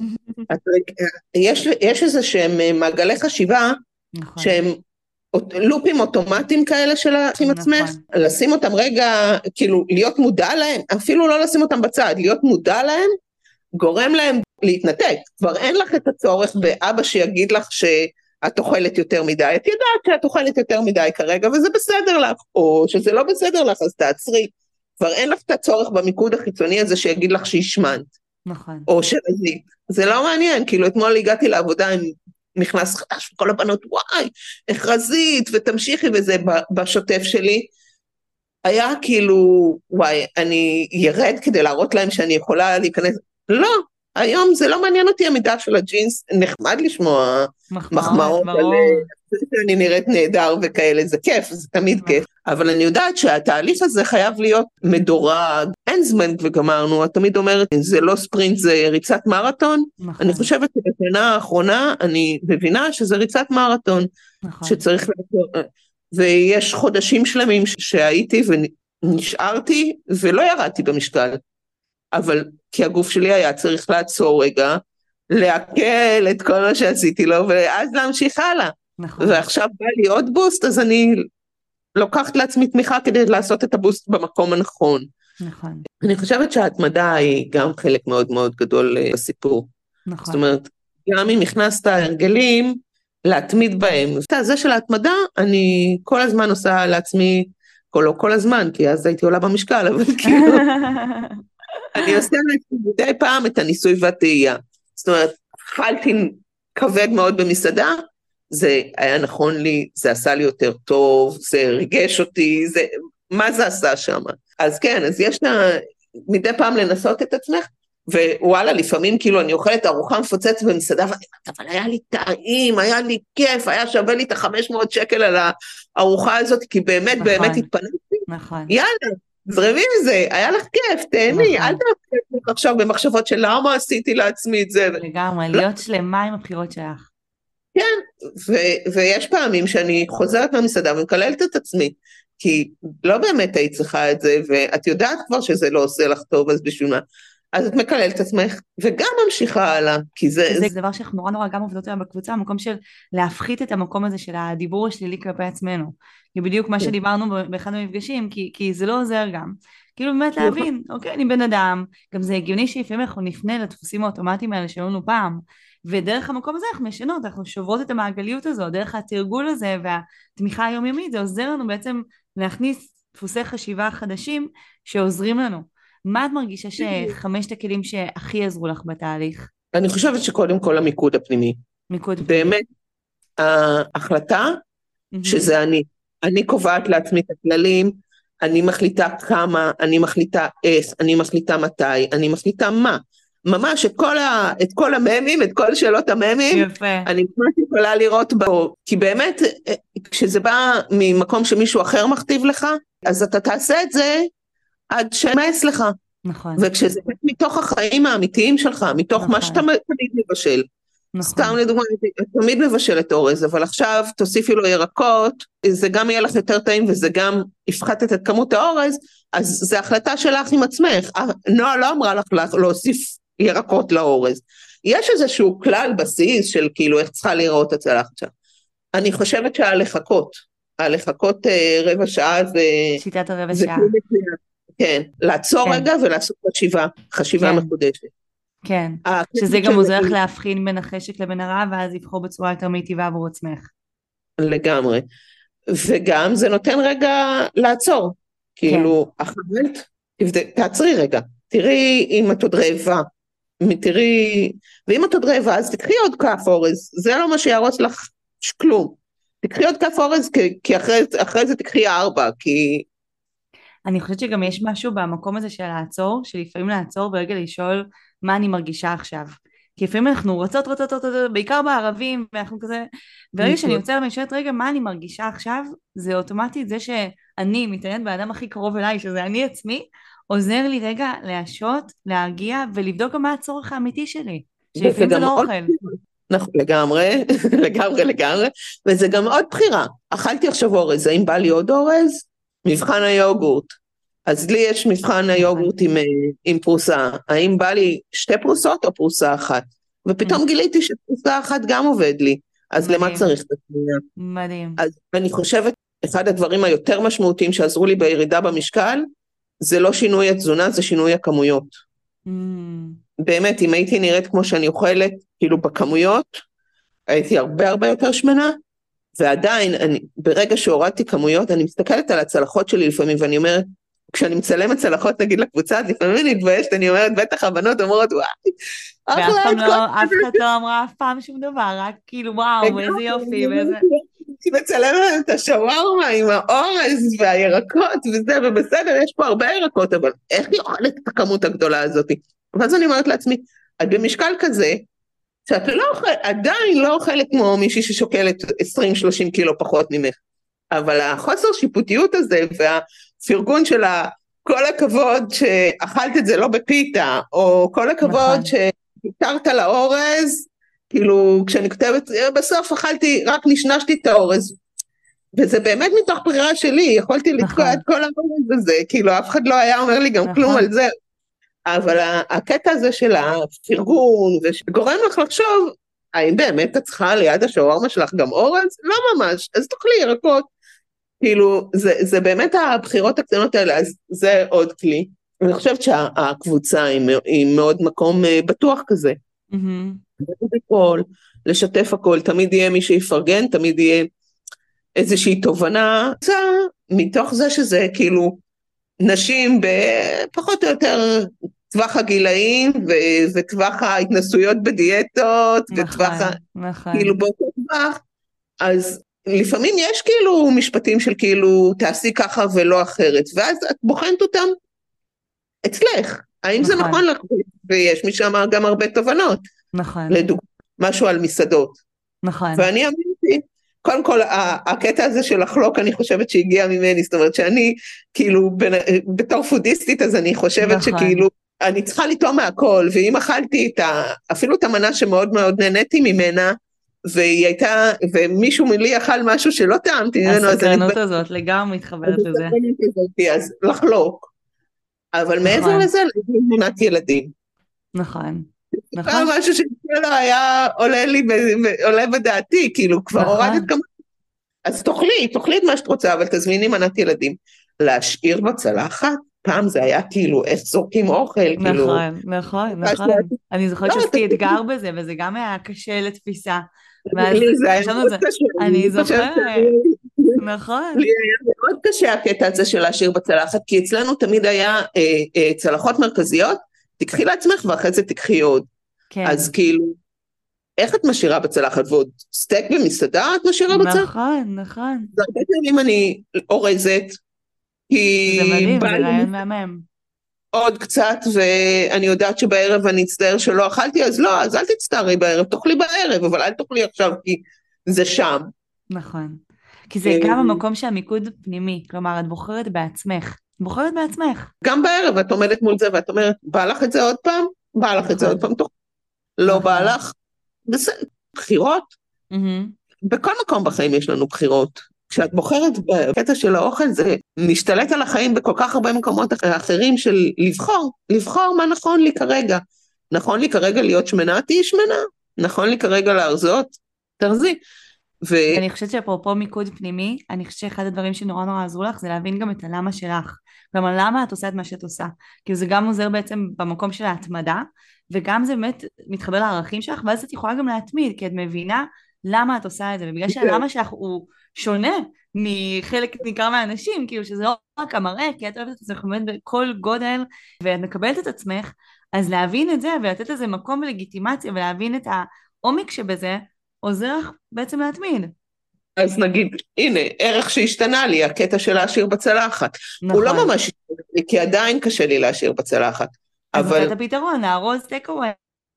יש איזה שהם מעגלי חשיבה, שהם לופים אוטומטיים כאלה של עם עצמך, לשים אותם רגע, כאילו להיות מודע להם, אפילו לא לשים אותם בצד, להיות מודע להם, גורם להם להתנתק, כבר אין לך את הצורך באבא שיגיד לך שאת אוכלת יותר מדי, את יודעת שאת אוכלת יותר מדי כרגע, וזה בסדר לך, או שזה לא בסדר לך, אז תעצרי, כבר אין לך את הצורך במיקוד החיצוני הזה שיגיד לך שהשמנת, נכון. או שרזית, זה לא מעניין, כאילו אתמול הגעתי לעבודה עם נכנס חדש, וכל הבנות, וואי, איך רזית, ותמשיכי בזה בשוטף שלי, היה כאילו, וואי, אני ירד כדי להראות להם שאני יכולה להיכנס, לא, היום זה לא מעניין אותי המידה של הג'ינס, נחמד לשמוע מחמאות, אני נראית נהדר וכאלה, זה כיף, זה תמיד כיף, אבל אני יודעת שהתהליך הזה חייב להיות מדורג, אין זמן וגמרנו, את תמיד אומרת, זה לא ספרינט, זה ריצת מרתון, אני חושבת שבשנה האחרונה אני מבינה שזה ריצת מרתון, שצריך לעשות, ויש חודשים שלמים שהייתי ונשארתי ולא ירדתי במשקל, אבל כי הגוף שלי היה צריך לעצור רגע, להקל את כל מה שעשיתי לו, ואז להמשיך הלאה. נכון. ועכשיו בא לי עוד בוסט, אז אני לוקחת לעצמי תמיכה כדי לעשות את הבוסט במקום הנכון. נכון. אני חושבת שההתמדה היא גם חלק מאוד מאוד גדול בסיפור. נכון. זאת אומרת, גם אם הכנסת הרגלים, להתמיד בהם. זה של ההתמדה, אני כל הזמן עושה לעצמי, כל, לא כל הזמן, כי אז הייתי עולה במשקל, אבל כאילו, אני עושה לעצמי מדי פעם את הניסוי והטעייה. זאת אומרת, אכלתי כבד מאוד במסעדה, זה היה נכון לי, זה עשה לי יותר טוב, זה ריגש אותי, זה, מה זה עשה שם? אז כן, אז יש לה, מדי פעם לנסות את עצמך, ווואלה, לפעמים כאילו אני אוכלת ארוחה מפוצץ במסעדה, ואני אומרת, אבל היה לי טעים, היה לי כיף, היה שווה לי את ה-חמש מאות שקל על הארוחה הזאת, כי באמת, נכון, באמת התפנקתי. נכון. יאללה, זרמי מזה, היה לך כיף, תהני, נכון. אל תעשי עכשיו במחשבות של למה עשיתי לעצמי את זה. לגמרי, לא. להיות שלמה עם הבחירות שלך. כן, ו- ויש פעמים שאני חוזרת מהמסעדה ומקללת את עצמי, כי לא באמת היית צריכה את זה, ואת יודעת כבר שזה לא עושה לך טוב, אז בשביל מה. אז את מקללת את עצמך, וגם ממשיכה הלאה, כי זה... שזה דבר שאנחנו נורא נורא גם עובדות היום בקבוצה, המקום של להפחית את המקום הזה של הדיבור השלילי כלפי עצמנו. כי בדיוק מה שדיברנו באחד המפגשים, כי, כי זה לא עוזר גם. כאילו באמת להבין, אוקיי, אני בן אדם, גם זה הגיוני שלפעמים אנחנו נפנה לדפוסים האוטומטיים האלה שהיו לנו פעם, ודרך המקום הזה אנחנו משנות, אנחנו שוברות את המעגליות הזו, דרך התרגול הזה והתמיכה היומיומית, זה עוזר לנו בעצם להכניס דפוסי חשיבה חדשים שעוזרים לנו. מה את מרגישה שחמשת הכלים שהכי עזרו לך בתהליך? אני חושבת שקודם כל המיקוד הפנימי. מיקוד פנימי. באמת, ההחלטה שזה אני. אני קובעת לעצמי את הכללים, אני מחליטה כמה, אני מחליטה איך, אני מחליטה מתי, אני מחליטה מה. ממש את כל, ה, את כל הממים, את כל שאלות הממים, יפה. אני ממש יכולה לראות בו, כי באמת, כשזה בא ממקום שמישהו אחר מכתיב לך, אז אתה תעשה את זה עד שמאס לך. נכון. וכשזה מתוך החיים האמיתיים שלך, מתוך נכון. מה שאתה תמיד מבשל. נכון. סתם לדוגמה, את תמיד מבשלת אורז, אבל עכשיו תוסיפי לו ירקות, זה גם יהיה לך יותר טעים, וזה גם הפחתת את כמות האורז, אז זה החלטה שלך עם עצמך. נועה לא אמרה לך להוסיף ירקות לאורז. יש איזשהו כלל בסיס של כאילו איך צריכה לראות הצלחת שם. אני חושבת שהלחכות, הלחכות רבע שעה זה... שיטת הרבע שעה. כן, לעצור כן. רגע ולעשות חשיבה, חשיבה כן. מחודשת. כן, שזה גם עוזר לך להבחין בין החשק לבין הרעב, ואז לבחור בצורה יותר מיטיבה עבור עצמך. לגמרי. וגם זה נותן רגע לעצור. כאילו, אחרת, תעצרי רגע. תראי אם את עוד רעבה. תראי, ואם את עוד רעבה, אז תקחי עוד כף אורז. זה לא מה שירוץ לך כלום. תקחי עוד כף אורז, כי אחרי, אחרי זה תקחי ארבע, כי... אני חושבת שגם יש משהו במקום הזה של לעצור, שלפעמים לעצור ורגע לשאול מה אני מרגישה עכשיו. כי לפעמים אנחנו רוצות, רוצות, רוצות, בעיקר בערבים, ואנחנו כזה, ברגע שאני יוצרת ואני שואלת רגע מה אני מרגישה עכשיו, זה אוטומטית זה שאני מתעניינת באדם הכי קרוב אליי, שזה אני עצמי, עוזר לי רגע להשעות, להגיע ולבדוק גם מה הצורך האמיתי שלי. שלפעמים זה לא אוכל. נכון, לגמרי, לגמרי, לגמרי, וזה גם עוד בחירה. אכלתי עכשיו אורז, האם בא לי עוד אורז? מבחן היוגורט, אז לי יש מבחן היוגורט עם, עם פרוסה, האם בא לי שתי פרוסות או פרוסה אחת, ופתאום גיליתי שפרוסה אחת גם עובד לי, אז מדהים. למה צריך את התמונה? מדהים. אז אני חושבת, אחד הדברים היותר משמעותיים שעזרו לי בירידה במשקל, זה לא שינוי התזונה, זה שינוי הכמויות. Mm. באמת, אם הייתי נראית כמו שאני אוכלת, כאילו בכמויות, הייתי הרבה הרבה יותר שמנה, ועדיין, אני, ברגע שהורדתי כמויות, אני מסתכלת על הצלחות שלי לפעמים, ואני אומרת, כשאני מצלמת צלחות, נגיד לקבוצה, לפעמים אני מתביישת, אני אומרת, בטח הבנות אומרות, וואי, ואף פעם לא, אף אחד לא אמרה אף פעם שום דבר, רק כאילו, וואו, איזה יופי, ואיזה... היא מצלמת את השווארמה עם האורז והירקות וזה, ובסדר, יש פה הרבה ירקות, אבל איך היא אוכלת את הכמות הגדולה הזאת? ואז אני אומרת לעצמי, את במשקל כזה, שאת לא אוכל, עדיין לא אוכלת כמו מישהי ששוקלת עשרים שלושים קילו פחות ממך, אבל החוסר שיפוטיות הזה, והפרגון שלה, כל הכבוד שאכלת את זה לא בפיתה, או כל הכבוד שפיתרת לאורז, כאילו כשאני כותבת, בסוף אכלתי, רק נשנשתי את האורז, וזה באמת מתוך בחירה שלי, יכולתי לתקוע את כל האורז הזה, כאילו אף אחד לא היה אומר לי גם כלום על זה, אבל הקטע הזה של הפרגון, וגורם לך לחשוב, האם באמת את צריכה ליד השווארמה שלך גם אורז? לא ממש, אז תאכלי ירקות. כאילו, זה, זה באמת הבחירות הקטנות האלה, אז זה עוד כלי. אני חושבת שהקבוצה היא, היא מאוד מקום בטוח כזה. Mm-hmm. לשתף הכל, תמיד יהיה מי שיפרגן, תמיד יהיה איזושהי תובנה, מתוך זה שזה כאילו, נשים בפחות או יותר טווח הגילאים ו- וטווח ההתנסויות בדיאטות, נכון, וטווח נכון. כאילו באותו טווח, אז לפעמים יש כאילו משפטים של כאילו תעשי ככה ולא אחרת, ואז את בוחנת אותם אצלך, האם נכון. זה נכון לך, ויש מי שאמר גם הרבה תובנות, נכון. לדוגמה, משהו על מסעדות, נכון. ואני אמרתי, קודם כל, הקטע הזה של לחלוק, אני חושבת שהגיע ממני, זאת אומרת שאני, כאילו, בתור פודיסטית, אז אני חושבת שכאילו, אני צריכה לטעום מהכל, ואם אכלתי את ה, אפילו את המנה שמאוד מאוד נהניתי ממנה, והיא הייתה, ומישהו מלי אכל משהו שלא טעמתי ממנו, הסקרנות הזאת לגמרי מתחברת לזה. אז לחלוק. אבל מעבר נכון, לזה, מונת ילדים. נכון, זה היה נכון, משהו שלא היה עולה לי, ב- עולה בדעתי, כאילו כבר הורדת נכון, כמה, אז תאכלי, תאכלי את מה שאת רוצה, אבל תזמיני מנת ילדים. להשאיר בצלחת, פעם זה היה כאילו, איך זורקים אוכל, כאילו, נכון, נכון, נכון. אני זוכרת לא, שעשיתי תקשיבי, אתגר בזה, וזה גם היה קשה לתפיסה. ואז לי זה היה חשבנו על מאוד זה, קשה, אני אני חושבת זוכרת, לי נכון, היה מאוד קשה הקטע הזה של להשאיר בצלחת, כי אצלנו תמיד היה אה, אה, צלחות מרכזיות, תקחי לעצמך ואחרי זה תקחי עוד. כן, אז כאילו, איך את משאירה בצלחת? ועוד סטייק במסעדה את משאירה בצלחת? נכון, נכון. אז הרבה פעמים אני אורזת, זה כי מדהים, בא זה לי רעיון מהמם. עוד קצת, ואני יודעת שבערב אני אצטער שלא אכלתי, אז לא, אז אל תצטערי בערב, תאכלי בערב, אבל אל תאכלי עכשיו כי זה שם. נכון. כי זה גם אה, המקום של המיקוד פנימי, כלומר, את בוחרת בעצמך. את בוחרת בעצמך. גם בערב את עומדת מול זה ואת אומרת, בא לך את זה עוד פעם? בא לך את זה עוד נכון, פעם? תאכלי. לא בא נכון. לך? בסדר. בחירות? מהמם. בכל מקום בחיים יש לנו בחירות. כשאת בוחרת בקטע של האוכל זה משתלט על החיים בכל כך הרבה מקומות אחרים של לבחור, לבחור מה נכון לי כרגע. נכון לי כרגע להיות שמנה, תהיי שמנה. נכון לי כרגע להרזות, תרזי. ו... ואני חושבת שאפרופו מיקוד פנימי, אני חושבת שאחד הדברים שנורא נורא עזרו לך זה להבין גם את הלמה שלך. כלומר, למה את עושה את מה שאת עושה. כאילו זה גם עוזר בעצם במקום של ההתמדה, וגם זה באמת מתחבר לערכים שלך, ואז את יכולה גם להתמיד, כי את מבינה למה את עושה את זה, ובגלל שהלמה שלך הוא שונה מחלק ניכר מהאנשים, כאילו שזה לא רק המראה, כי את אוהבת את עצמך באמת בכל גודל, ואת מקבלת את עצמך, אז להבין את זה, ולתת לזה מקום ולגיטימציה, ולהבין את העומק שבזה, עוזר לך בעצם להתמיד. אז נגיד, הנה, ערך שהשתנה לי, הקטע של להשאיר בצלחת. הוא לא נכון. ממש השתנה לי, כי עדיין קשה לי להשאיר בצלחת. אז מצאת אבל פתרון, לארוז טייק אווי.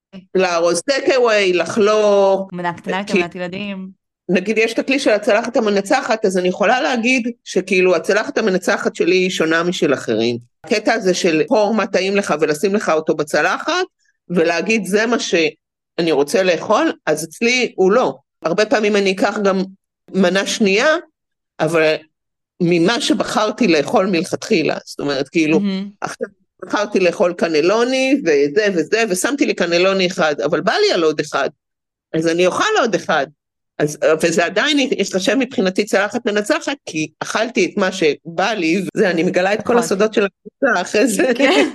לארוז טקאווי, לחלוק, מנה קטנה יותר כי מנת ילדים. נגיד יש את הכלי של הצלחת המנצחת, אז אני יכולה להגיד שכאילו הצלחת המנצחת שלי היא שונה משל אחרים. הקטע הזה של לבחור מה טעים לך ולשים לך אותו בצלחת, ולהגיד זה מה שאני רוצה לאכול, אז אצלי הוא לא. הרבה פעמים אני אקח גם מנה שנייה, אבל ממה שבחרתי לאכול מלכתחילה, זאת אומרת כאילו, מהמם. עכשיו בחרתי לאכול קנלוני וזה וזה, ושמתי לי קנלוני אחד, אבל בא לי על עוד אחד, אז אני אוכל עוד אחד. אז, וזה עדיין יחשב מבחינתי צלחת מנצחת, כי אכלתי את מה שבא לי, וזה, אני מגלה את כל נכון. הסודות של הקבוצה אחרי זה. כן.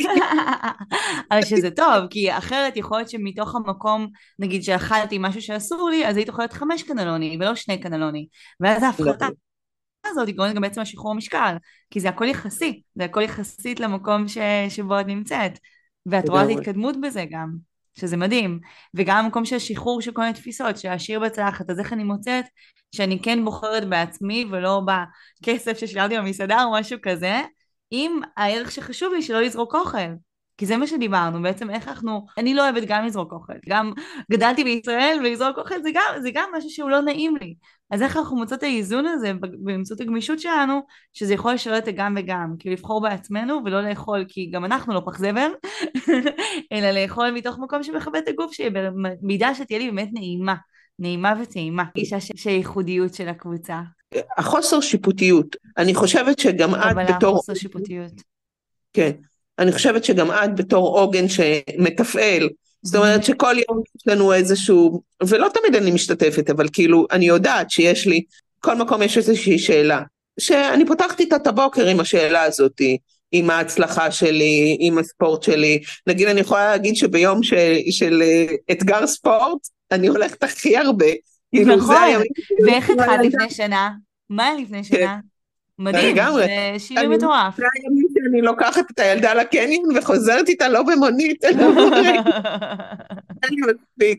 אבל שזה טוב, כי אחרת יכול להיות שמתוך המקום, נגיד שאכלתי משהו שאסור לי, אז היית אוכלת חמש קנלוני ולא שני קנלוני. ואז ההפחתה הזאת היא גורמת גם בעצם לשחרור המשקל, כי זה הכל יחסי, זה הכל יחסית למקום ש... שבו את נמצאת. ואת רואה את ההתקדמות בזה גם, שזה מדהים. וגם המקום של שחרור של כל מיני תפיסות, שהשאיר בצלחת, אז איך אני מוצאת שאני כן בוחרת בעצמי ולא בכסף ששילמתי במסעדה או משהו כזה, עם הערך שחשוב לי שלא לזרוק אוכל. כי זה מה שדיברנו, בעצם איך אנחנו, אני לא אוהבת גם לזרוק אוכל, גם גדלתי בישראל ולזרוק אוכל זה גם, זה גם משהו שהוא לא נעים לי. אז איך אנחנו מוצאות את האיזון הזה באמצעות הגמישות שלנו, שזה יכול לשרת את הגם וגם, כי לבחור בעצמנו ולא לאכול, כי גם אנחנו לא פח זבל, אלא לאכול מתוך מקום שמכבד את הגוף שלי, במידה שתהיה לי באמת נעימה, נעימה וטעימה, אישה שהייחודיות של הקבוצה. החוסר שיפוטיות, אני חושבת שגם את קבלה, בתור, חוסר שיפוטיות. כן, אני חושבת שגם את בתור עוגן שמתפעל, זאת אומרת שכל יום יש לנו איזשהו, ולא תמיד אני משתתפת, אבל כאילו אני יודעת שיש לי, כל מקום יש איזושהי שאלה, שאני פותחת איתה את הבוקר עם השאלה הזאת, עם ההצלחה שלי, עם הספורט שלי, נגיד אני יכולה להגיד שביום ש, של אתגר ספורט, אני הולכת הכי הרבה, כאילו נכון, זה הימים, ואיך התחלת לפני שנה? מה לפני שנה? מדהים, לגמרי. זה שינוי מטורף. זה הימים שאני לוקחת את הילדה לקניון וחוזרת איתה לא במונית, אלא ברגע. אני מספיק.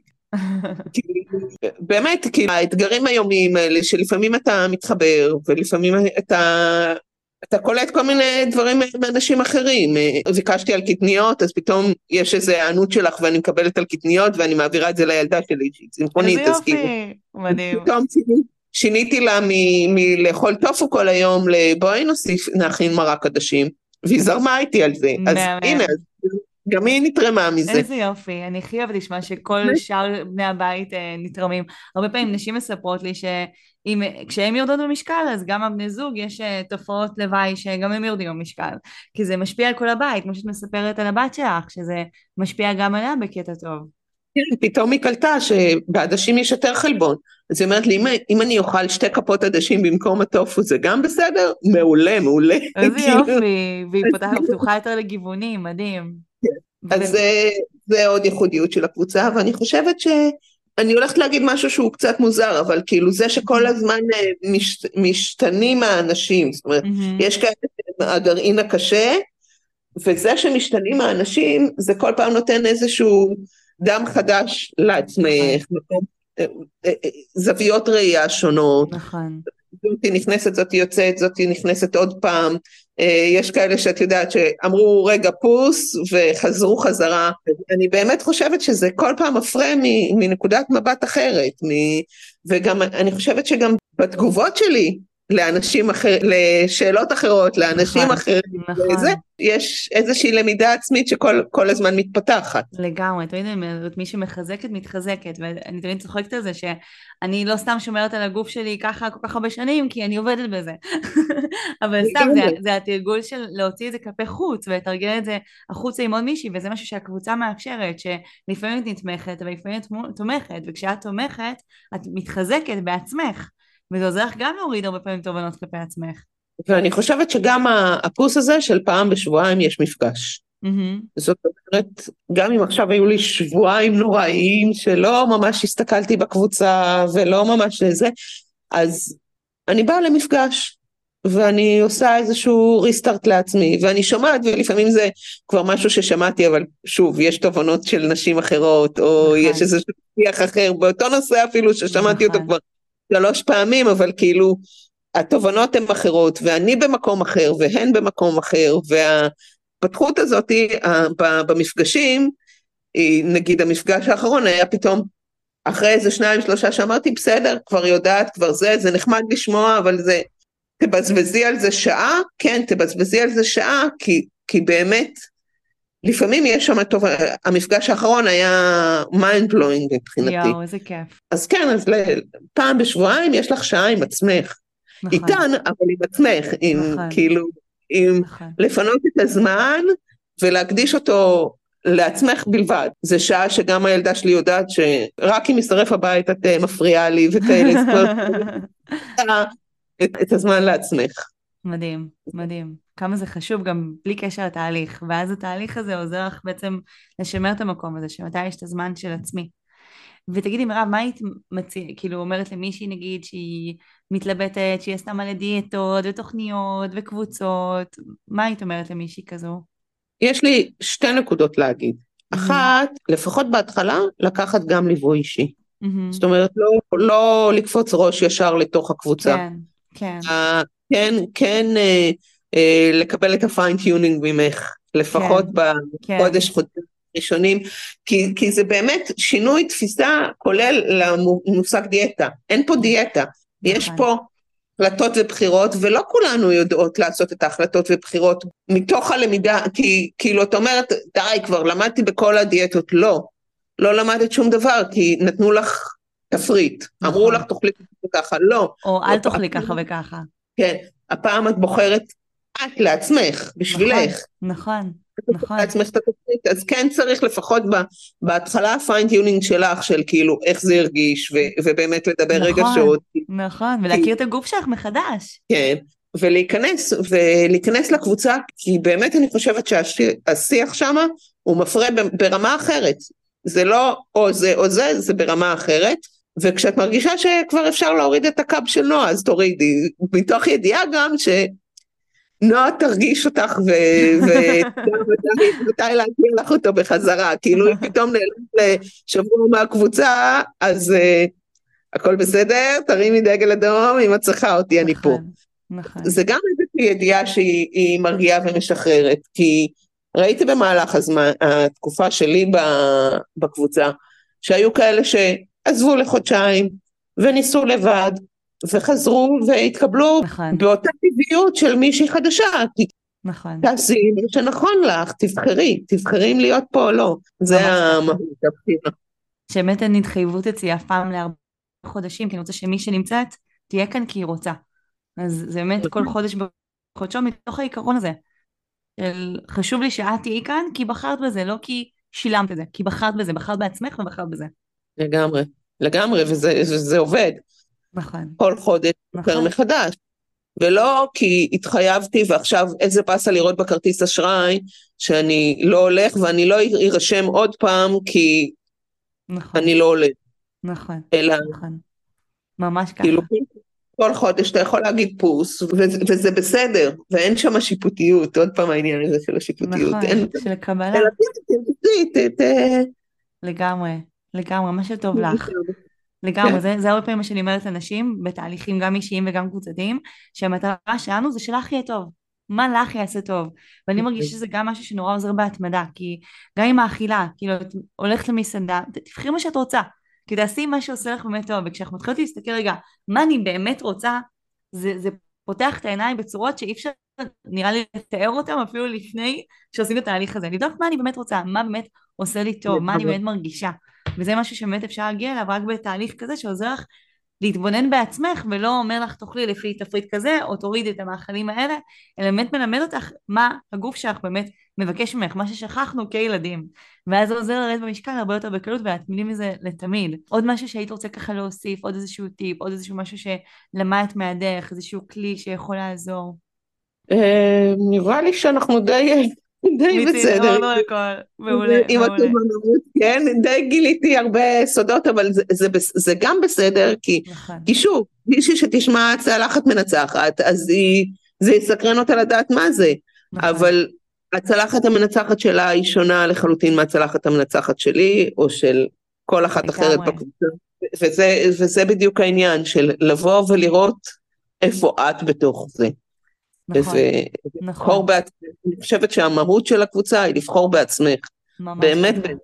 באמת, כי האתגרים היומיים האלה, שלפעמים אתה מתחבר, ולפעמים אתה, אתה קולט כל מיני דברים מאנשים אחרים. ביקשתי על קטניות, אז פתאום יש איזו הענות שלך, ואני מקבלת על קטניות, ואני מעבירה את זה לילדה שלי, שהיא צמחונית. איזה יופי, מדהים. פתאום שיניתי לה מלאכול טופו כל היום, לבואי נוסיף, נכין מרק עדשים, והיא זרמה איתי על זה. אז הנה, גם היא נתרמה מזה. איזה יופי, אני הכי אוהבת לשמוע שכל שאר בני הבית אה, נתרמים. הרבה פעמים נשים מספרות לי שכשהם יורדות במשקל, אז גם הבני זוג יש אה, תופעות לוואי שגם הם יורדים במשקל, כי זה משפיע על כל הבית, כמו שאת מספרת על הבת שלך, שזה משפיע גם עליה בקטע טוב. כן, פתאום היא קלטה שבעדשים יש יותר חלבון. אז היא אומרת לי, אם, אם אני אוכל שתי כפות עדשים במקום הטופו, זה גם בסדר? מעולה, מעולה. איזה יופי, והיא פותחת פתוחה יותר לגיוונים, מדהים. אז ו... זה, זה עוד ייחודיות של הקבוצה, ואני חושבת שאני הולכת להגיד משהו שהוא קצת מוזר, אבל כאילו זה שכל הזמן מש, משתנים האנשים, זאת אומרת, mm-hmm. יש כאלה הגרעין הקשה, וזה שמשתנים האנשים, זה כל פעם נותן איזשהו דם חדש לעצמך, זוויות ראייה שונות. נכון. זאתי נכנסת, זאתי יוצאת, זאתי נכנסת עוד פעם, יש כאלה שאת יודעת שאמרו רגע פוס וחזרו חזרה, אני באמת חושבת שזה כל פעם מפרה מנקודת מבט אחרת, וגם אני חושבת שגם בתגובות שלי לאנשים אחר, לשאלות אחרות, לאנשים נכון, אחרים, נכון. זה, יש איזושהי למידה עצמית שכל כל הזמן מתפתחת. לגמרי, תמיד אני אומרת, מי שמחזקת מתחזקת, ואני תמיד צוחקת על זה שאני לא סתם שומרת על הגוף שלי ככה כל כך הרבה שנים, כי אני עובדת בזה. אבל סתם, זה, זה התרגול של להוציא את זה כלפי חוץ, ולתרגל את זה החוצה עם עוד מישהי, וזה משהו שהקבוצה מאפשרת, שלפעמים את נתמכת, ולפעמים את תומכת, וכשאת תומכת, את מתחזקת בעצמך. וזה עוזר לך גם להוריד הרבה פעמים תובנות כלפי עצמך. ואני חושבת שגם הפוס הזה של פעם בשבועיים יש מפגש. Mm-hmm. זאת אומרת, גם אם עכשיו היו לי שבועיים נוראיים, שלא ממש הסתכלתי בקבוצה, ולא ממש לזה, אז אני באה למפגש, ואני עושה איזשהו ריסטארט לעצמי, ואני שומעת, ולפעמים זה כבר משהו ששמעתי, אבל שוב, יש תובנות של נשים אחרות, או נכון. יש איזשהו שיח אחר, באותו נושא אפילו ששמעתי נכון. אותו כבר, שלוש פעמים, אבל כאילו, התובנות הן אחרות, ואני במקום אחר, והן במקום אחר, והפתחות הזאת, במפגשים, נגיד המפגש האחרון, היה פתאום, אחרי איזה שניים, שלושה, שאמרתי, בסדר, כבר יודעת, כבר זה, זה נחמד לשמוע, אבל זה, תבזבזי על זה שעה, כן, תבזבזי על זה שעה, כי, כי באמת, לפעמים יש שם טוב, המפגש האחרון היה mind blowing מבחינתי. יאו, איזה כיף. אז כן, אז פעם בשבועיים יש לך שעה עם עצמך. נכון. איתן, אבל עם עצמך, עם נכון. כאילו, עם נכון. לפנות את הזמן ולהקדיש אותו לעצמך בלבד. זה שעה שגם הילדה שלי יודעת שרק אם ישרף הבית את מפריעה לי וכאלה, את, את הזמן לעצמך. מדהים, מדהים. כמה זה חשוב גם בלי קשר לתהליך, ואז התהליך הזה עוזר לך בעצם לשמר את המקום הזה, שמתי יש את הזמן של עצמי. ותגידי מירב, מה היית מציע, כאילו אומרת למישהי נגיד שהיא מתלבטת, שהיא עשתה מלא דיאטות ותוכניות וקבוצות, מה היית אומרת למישהי כזו? יש לי שתי נקודות להגיד. Mm-hmm. אחת, לפחות בהתחלה, לקחת גם ליווי אישי. Mm-hmm. זאת אומרת, לא, לא לקפוץ ראש ישר לתוך הקבוצה. כן, כן. Uh, כן, כן, uh, uh, לקבל את הפיינטיונינג ממך, לפחות כן, בחודש, כן. חודש ראשונים, כי, כי זה באמת שינוי תפיסה כולל למושג דיאטה. אין פה דיאטה, נכון. יש פה החלטות ובחירות, ולא כולנו יודעות לעשות את ההחלטות ובחירות מתוך הלמידה, כי כאילו את אומרת, די, כבר למדתי בכל הדיאטות, לא, לא למדת שום דבר, כי נתנו לך תפריט, נכון. אמרו לך תאכלי ככה, לא. או אל תאכלי ככה וככה. כן, הפעם את בוחרת את לעצמך, בשבילך. נכון, נכון. לעצמך את התפריט, אז כן צריך לפחות בהתחלה הפיינטיונינג שלך, של כאילו איך זה הרגיש, ובאמת לדבר רגשות. נכון, ולהכיר את הגוף שלך מחדש. כן, ולהיכנס, ולהיכנס לקבוצה, כי באמת אני חושבת שהשיח שמה, הוא מפרה ברמה אחרת. זה לא או זה או זה, זה ברמה אחרת, וכשאת מרגישה שכבר אפשר להוריד את הקאפ של נועה, אז תורידי, מתוך ידיעה גם שנועה תרגיש אותך, ומתי להגיע לך אותו בחזרה, כאילו אם פתאום נעלם לשבוע מהקבוצה, אז הכל בסדר, תרימי דגל אדום, אם את צריכה אותי, אני פה. זה גם איזושהי ידיעה שהיא מרגיעה ומשחררת, כי ראיתי במהלך הזמן, התקופה שלי בקבוצה, שהיו כאלה שעזבו לחודשיים, וניסו לבד, וחזרו והתקבלו נכון. באותה טבעיות של מישהי חדשה, כי נכון. תעשי מה שנכון לך, תבחרי, תבחרי אם להיות פה או לא. זה המהות הבחירה. שבאמת אין התחייבות אצלי אף פעם להרבה חודשים, כי אני רוצה שמי שנמצאת תהיה כאן כי היא רוצה. אז זה באמת כל חודש בחודשו מתוך העיקרון הזה. של חשוב לי שאת תהיי כאן כי בחרת בזה, לא כי שילמת את זה, כי בחרת בזה, בחרת בעצמך ובחרת בזה. לגמרי, לגמרי, וזה, וזה עובד. נכון. כל חודש יותר נכון. מחדש. ולא כי התחייבתי ועכשיו איזה פסה לראות בכרטיס אשראי שאני לא הולך ואני לא יירשם עוד פעם כי נכון. אני לא הולך. נכון. אלא נכון. ממש ככה. כאילו כל חודש אתה יכול להגיד פוס וזה, וזה בסדר ואין שם שיפוטיות, עוד פעם העניין הזה של השיפוטיות. נכון, אין, של הקבלה. אלא ת, ת, ת, לגמרי, לגמרי, מה שטוב לך. לגמרי, זה, זה הרבה פעמים מה שאני אומרת לאנשים, בתהליכים גם אישיים וגם קבוצתיים, שהמטרה שלנו זה שלך יהיה טוב. מה לך יעשה טוב? ואני מרגיש שזה גם משהו שנורא עוזר בהתמדה, כי גם עם האכילה, כאילו, את הולכת למסעדה, תבחרי מה שאת רוצה, כי תעשי מה שעושה לך באמת טוב, וכשאנחנו מתחילות להסתכל רגע, מה אני באמת רוצה, זה, זה פותח את העיניים בצורות שאי אפשר, נראה לי, לתאר אותם אפילו לפני שעושים את התהליך הזה. לבדוק מה אני באמת רוצה, מה באמת עושה לי טוב, מה אני באמת מרגישה. וזה משהו שבאמת אפשר להגיע אליו רק בתהליך כזה שעוזר לך להתבונן בעצמך ולא אומר לך תאכלי לפי תפריט כזה או תורידי את המאכלים האלה, אלא באמת מלמד אותך מה הגוף שלך באמת מבקש ממך, מה ששכחנו כילדים, ואז זה עוזר לרדת במשקל הרבה יותר בקלות ולהתמידים מזה לתמיד. עוד משהו שהיית רוצה ככה להוסיף, עוד איזשהו טיפ, עוד איזשהו משהו שלמדת מהדרך, איזשהו כלי שיכול לעזור. נראה לי שאנחנו די די בסדר. אמרנו הכל, מעולה, עם מעולה. התובנות, כן, די גיליתי הרבה סודות, אבל זה, זה, זה גם בסדר, כי, נכון. כי שוב, מישהי שתשמע צלחת מנצחת, אז היא, זה יסקרן אותה לדעת מה זה, נכון. אבל הצלחת המנצחת שלה היא שונה לחלוטין מהצלחת המנצחת שלי, או של כל אחת אחרת בקבוצה, וזה, וזה בדיוק העניין, של לבוא ולראות איפה את בתוך זה. נכון, נכון. בעצמך, אני חושבת שהמהות של הקבוצה היא לבחור בעצמך, באמת בעצמך.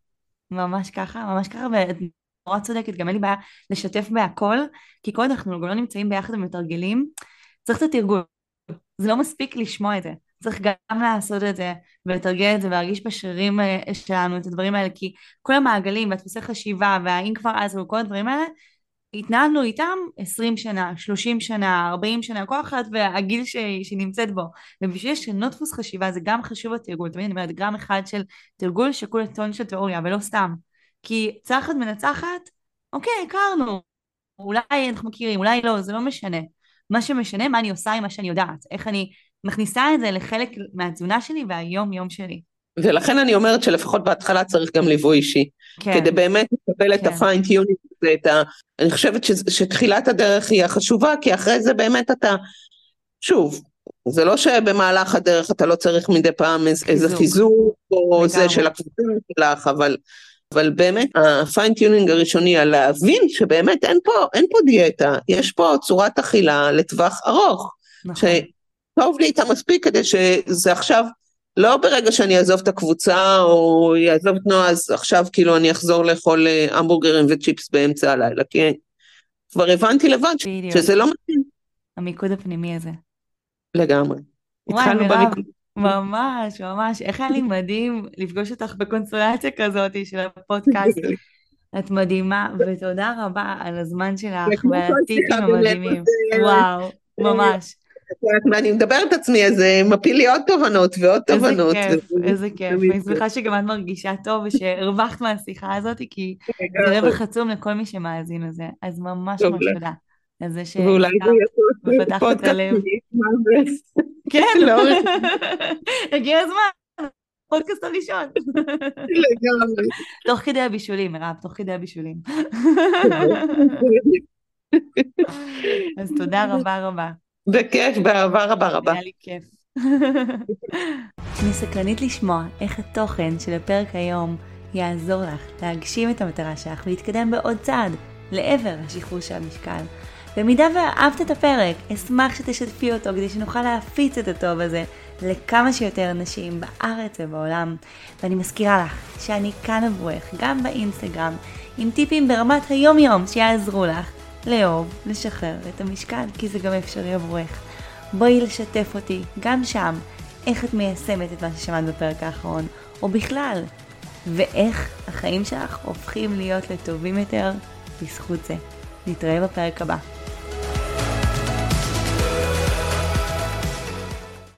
ממש ככה, ממש ככה, ואת נורא צודקת, גם אין לי בעיה לשתף בהכל, כי כל אנחנו לא נמצאים ביחד ומתרגלים, צריך את התרגול, זה לא מספיק לשמוע את זה, צריך גם לעשות את זה, ולתרגל את זה, ולהרגיש בשרירים שלנו את הדברים האלה, כי כל המעגלים, והדפוסי חשיבה, והאם כבר אז, וכל הדברים האלה, התנהלנו איתם עשרים שנה, שלושים שנה, ארבעים שנה, כל אחת והגיל ש... שנמצאת בו. ובשביל לשנות דפוס חשיבה זה גם חשוב התרגול. תמיד אני אומרת, גרם אחד של תרגול שקול לטון של תיאוריה, ולא סתם. כי צלחת מנצחת, אוקיי, הכרנו. אולי אנחנו מכירים, אולי לא, זה לא משנה. מה שמשנה, מה אני עושה עם מה שאני יודעת. איך אני מכניסה את זה לחלק מהתזונה שלי והיום יום שלי. ולכן אני אומרת שלפחות בהתחלה צריך גם ליווי אישי. כן. כדי באמת לקבל כן. את הפיינטיונינג ואת ה... אני חושבת ש... שתחילת הדרך היא החשובה, כי אחרי זה באמת אתה, שוב, זה לא שבמהלך הדרך אתה לא צריך מדי פעם חיזוק. איזה חיזוק, או לגמרי. זה של הקבוצה שלך, אבל, אבל באמת הפיינטיונינג הראשוני, על להבין שבאמת אין פה, אין פה דיאטה, יש פה צורת אכילה לטווח ארוך, נכון. שטוב לי איתה מספיק כדי שזה עכשיו, לא ברגע שאני אעזוב את הקבוצה, או יעזוב את נועה, אז עכשיו כאילו אני אחזור לאכול המבורגרים וצ'יפס באמצע הלילה, כי כבר הבנתי לבד שזה לא מתאים. המיקוד הפנימי הזה. לגמרי. וואי מירב, ממש, ממש. איך היה לי מדהים לפגוש אותך בקונסולציה כזאת של הפודקאסט. את מדהימה, ותודה רבה על הזמן שלך, ועל הטיפים המדהימים. וואו, ממש. ואני מדברת את עצמי, אז מפיל לי עוד תובנות ועוד תובנות. איזה כיף, איזה כיף. אני שמחה שגם את מרגישה טוב ושהרווחת מהשיחה הזאת, כי זה רווח עצום לכל מי שמאזין לזה. אז ממש ממש תודה. ואולי זה יהיה פודקאסט שלי. כן, לא. הגיע הזמן. פודקאסט הראשון. לגמרי. תוך כדי הבישולים, מירב, תוך כדי הבישולים. אז תודה רבה רבה. בכיף, באהבה רבה רבה. היה לי כיף. אני סקרנית לשמוע איך התוכן של הפרק היום יעזור לך להגשים את המטרה שלך ולהתקדם בעוד צעד לעבר השחרור של המשקל. במידה ואהבת את הפרק, אשמח שתשתפי אותו כדי שנוכל להפיץ את הטוב הזה לכמה שיותר אנשים בארץ ובעולם. ואני מזכירה לך שאני כאן עבורך גם באינסטגרם עם טיפים ברמת היום יום שיעזרו לך לאהוב, לשחרר את המשקל, כי זה גם אפשרי עבורך. בואי לשתף אותי גם שם, איך את מיישמת את מה ששמעת בפרק האחרון, או בכלל, ואיך החיים שלך הופכים להיות לטובים יותר בזכות זה. נתראה בפרק הבא.